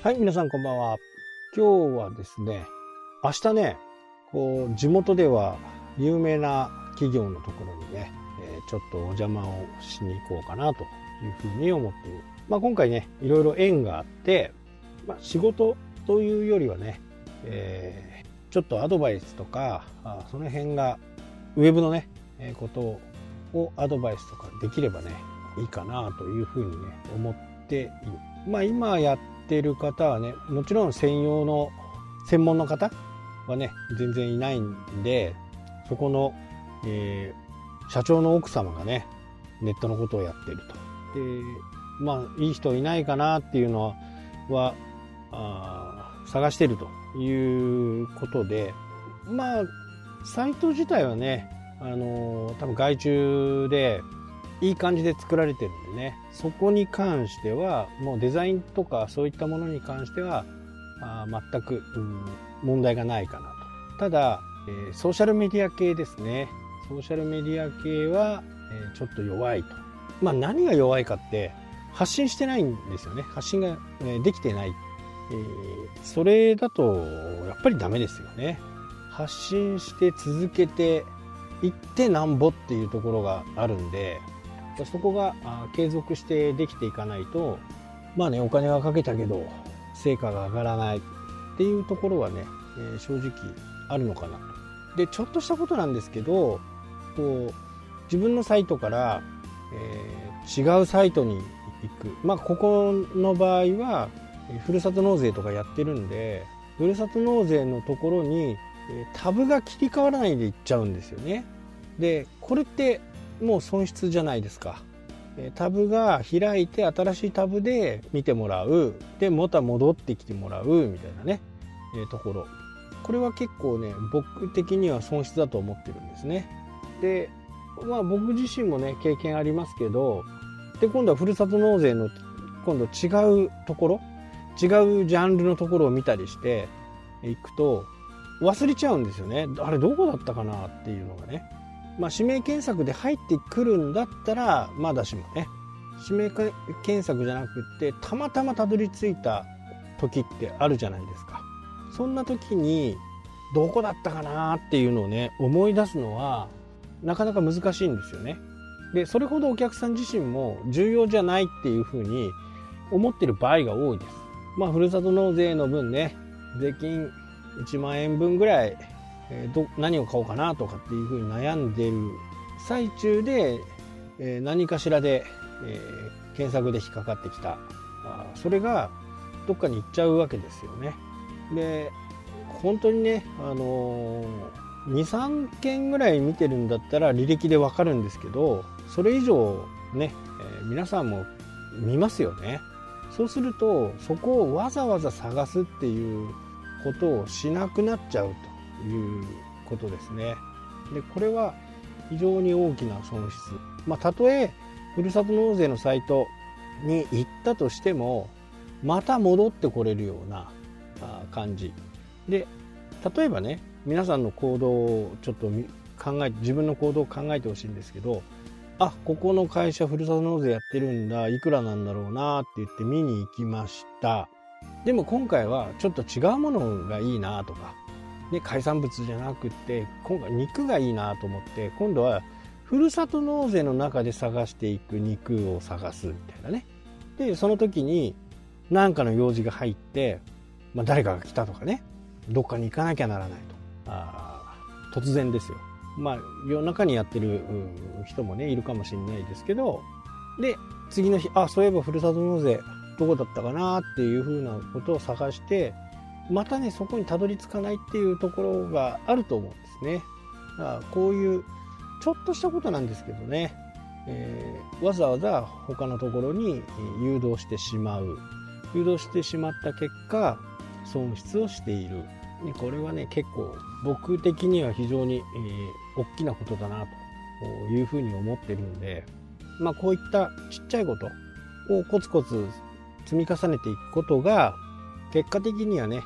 はい、皆さんこんばんは。今日はですね、明日ね、地元では有名な企業のところにね、ちょっとお邪魔をしに行こうかなというふうに思っている。今回ね、いろいろ縁があって、仕事というよりはね、ちょっとアドバイスとか、その辺がウェブのね、ことをアドバイスとかできればね、いいかなというふうにね、思っている。今やってる方はね、もちろん専門の方はね全然いないんで、そこの、社長の奥様がねネットのことをやってると。でいい人いないかなっていうのは探してるということで、サイト自体はね多分外注でいい感じで作られてるんでね、そこに関してはもうデザインとかそういったものに関しては全く、問題がないかなと。ただ、ソーシャルメディア系ですね。ソーシャルメディア系は、ちょっと弱いと。何が弱いかって発信してないんですよね。発信が、できてない、それだとやっぱりダメですよね。発信して続けていってなんぼっていうところがあるんで、そこが継続してできていかないと、お金はかけたけど成果が上がらないっていうところはね、正直あるのかなと。でちょっとしたことなんですけど、自分のサイトから、違うサイトに行く、ここの場合はふるさと納税とかやってるんで、ふるさと納税のところにタブが切り替わらないで行っちゃうんですよね。でこれってもう損失じゃないですか。タブが開いて新しいタブで見てもらう、でまた戻ってきてもらうみたいなね、ところ、これは結構ね僕的には損失だと思ってるんですね。で僕自身もね経験ありますけど、で今度はふるさと納税の今度違うところ、違うジャンルのところを見たりしていくと忘れちゃうんですよね。あれどこだったかなっていうのがね。指名検索で入ってくるんだったらまだしもね、指名検索じゃなくってたまたまたどり着いた時ってあるじゃないですか。そんな時にどこだったかなっていうのをね思い出すのはなかなか難しいんですよね。でそれほどお客さん自身も重要じゃないっていうふうに思ってる場合が多いです。ふるさと納税の分ね、税金1万円分ぐらい何を買おうかなとかっていうふうに悩んでいる最中で、何かしらで、検索で引っかかってきた、それがどっかに行っちゃうわけですよね。で本当にね、2,3 件ぐらい見てるんだったら履歴でわかるんですけど、それ以上ね、皆さんも見ますよね。そうするとそこをわざわざ探すっていうことをしなくなっちゃうということですね。でこれは非常に大きな損失。たとえふるさと納税のサイトに行ったとしてもまた戻ってこれるような感じで、例えばね皆さんの行動をちょっと自分の行動を考えてほしいんですけど、ここの会社ふるさと納税やってるんだ、いくらなんだろうなって言って見に行きました。でも今回はちょっと違うものがいいなとか、海産物じゃなくって今回肉がいいなと思って、今度はふるさと納税の中で探していく肉を探すみたいなね。でその時に何かの用事が入って、誰かが来たとかね、どっかに行かなきゃならないと、突然ですよ。夜中にやってる人もねいるかもしれないですけど、で次の日そういえばふるさと納税どこだったかなっていうふうなことを探して、またねそこにたどり着かないっていうところがあると思うんですね。だからこういうちょっとしたことなんですけどね、わざわざ他のところに誘導してしまった結果損失をしている。これはね結構僕的には非常に、大きなことだなというふうに思ってるんで、こういったちっちゃいことをコツコツ積み重ねていくことが結果的にはね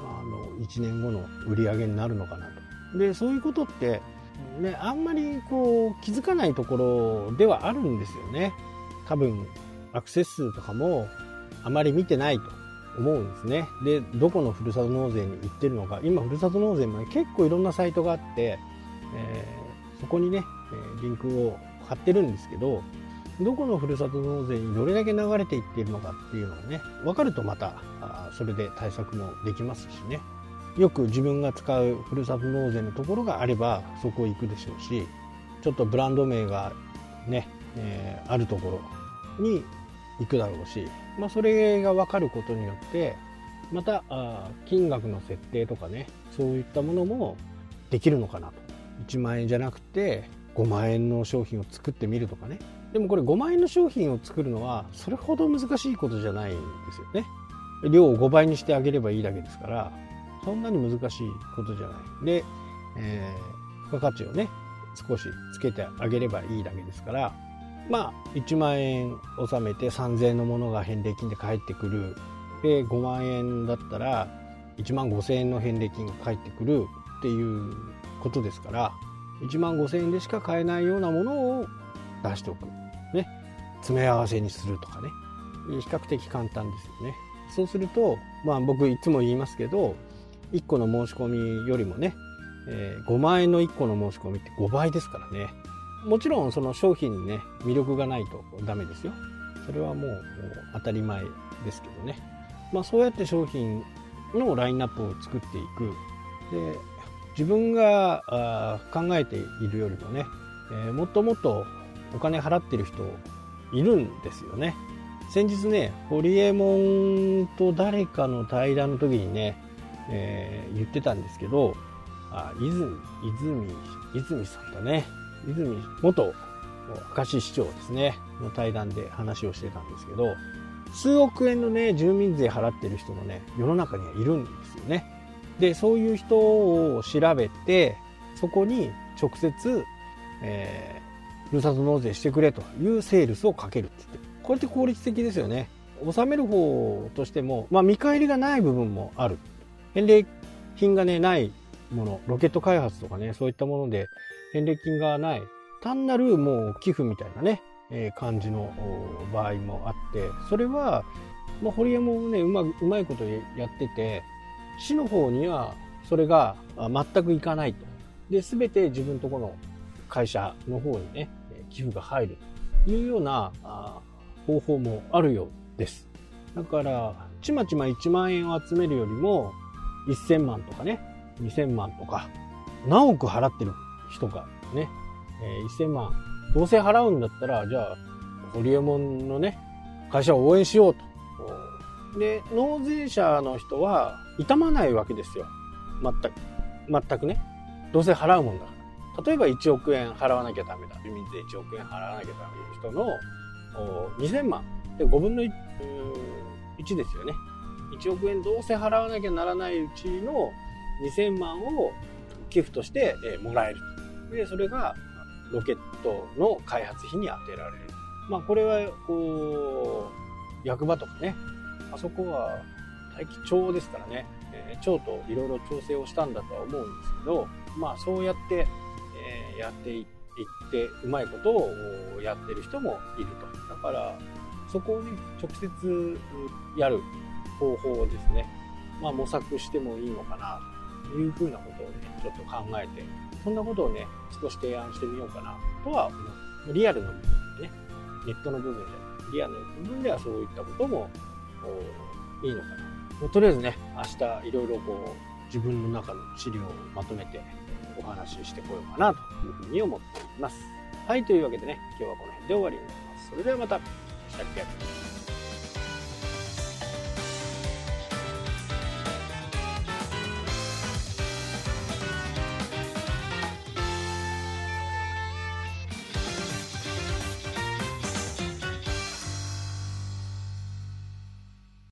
1年後の売り上げになるのかなと。でそういうことってねあんまり気づかないところではあるんですよね。多分アクセス数とかもあまり見てないと思うんですね。で、どこのふるさと納税に行ってるのか、今ふるさと納税もね、結構いろんなサイトがあって、そこにね、リンクを貼ってるんですけど、どこのふるさと納税にどれだけ流れていっているのかっていうのがね、分かるとまたそれで対策もできますしね。よく自分が使うふるさと納税のところがあればそこ行くでしょうし、ちょっとブランド名がね、あるところに行くだろうし、それが分かることによってまた金額の設定とかね、そういったものもできるのかなと。1万円じゃなくて5万円の商品を作ってみるとかね。でもこれ5万円の商品を作るのはそれほど難しいことじゃないんですよね。量を5倍にしてあげればいいだけですから、そんなに難しいことじゃない。で、付加価値をね少しつけてあげればいいだけですから、1万円納めて3000円のものが返礼金で返ってくる。で5万円だったら1万5000円の返礼金が返ってくるっていうことですから、1万5000円でしか買えないようなものを出しておく、ね、詰め合わせにするとかね、比較的簡単ですよね。そうすると、僕いつも言いますけど、1個の申し込みよりもね、5万円の1個の申し込みって5倍ですからね。もちろんその商品にね魅力がないとダメですよ。それはもう当たり前ですけどね。そうやって商品のラインナップを作っていく。で、自分が考えているよりもね、もっともっとお金払ってる人いるんですよね。先日ね、ホリエモンと誰かの対談の時にね、言ってたんですけど、泉さんだね。泉元明石市長ですねの対談で話をしてたんですけど、数億円のね住民税払ってる人もね世の中にはいるんですよね。でそういう人を調べて、そこに直接、ふるさと納税してくれというセールスをかけるって言って、これって効率的ですよね。納める方としても、見返りがない部分もある。返礼品がねないもの、ロケット開発とかね、そういったもので返礼金がない単なるもう寄付みたいなね、感じの場合もあって、それはホリエモンねうまいことやってて、市の方にはそれが全くいかないと。で全て自分のところの会社の方にね寄付が入るというような方法もあるようです。だからちまちま1万円を集めるよりも1000万とかね2000万とか何億払ってる人がね、1000万どうせ払うんだったら、じゃあホリエモンのね会社を応援しようと。で納税者の人は痛まないわけですよ。全くね、どうせ払うもんだから。例えば1億円払わなきゃダメだ、住民税1億円払わなきゃダメな人の2000万で5分の 1ですよね。1億円どうせ払わなきゃならないうちの2000万を寄付としてもらえると。でそれがロケットの開発費に充てられる。これはこう役場とかね、あそこは大気町ですからね、町といろいろ調整をしたんだとは思うんですけど、そうやって、やっていってうまいことをやってる人もいると。だからそこをね直接やる方法をですね、模索してもいいのかなというふうなことをねちょっと考えて、そんなことをね少し提案してみようかなとは思う。リアルの部分でね、ネットの部分じゃなくてリアルの部分ではそういったこともいいのかな。とりあえずね明日いろいろこう自分の中の資料をまとめてお話ししてこようかなというふうに思っています。はい、というわけでね今日はこの辺で終わりになります。それではまた。したっけ。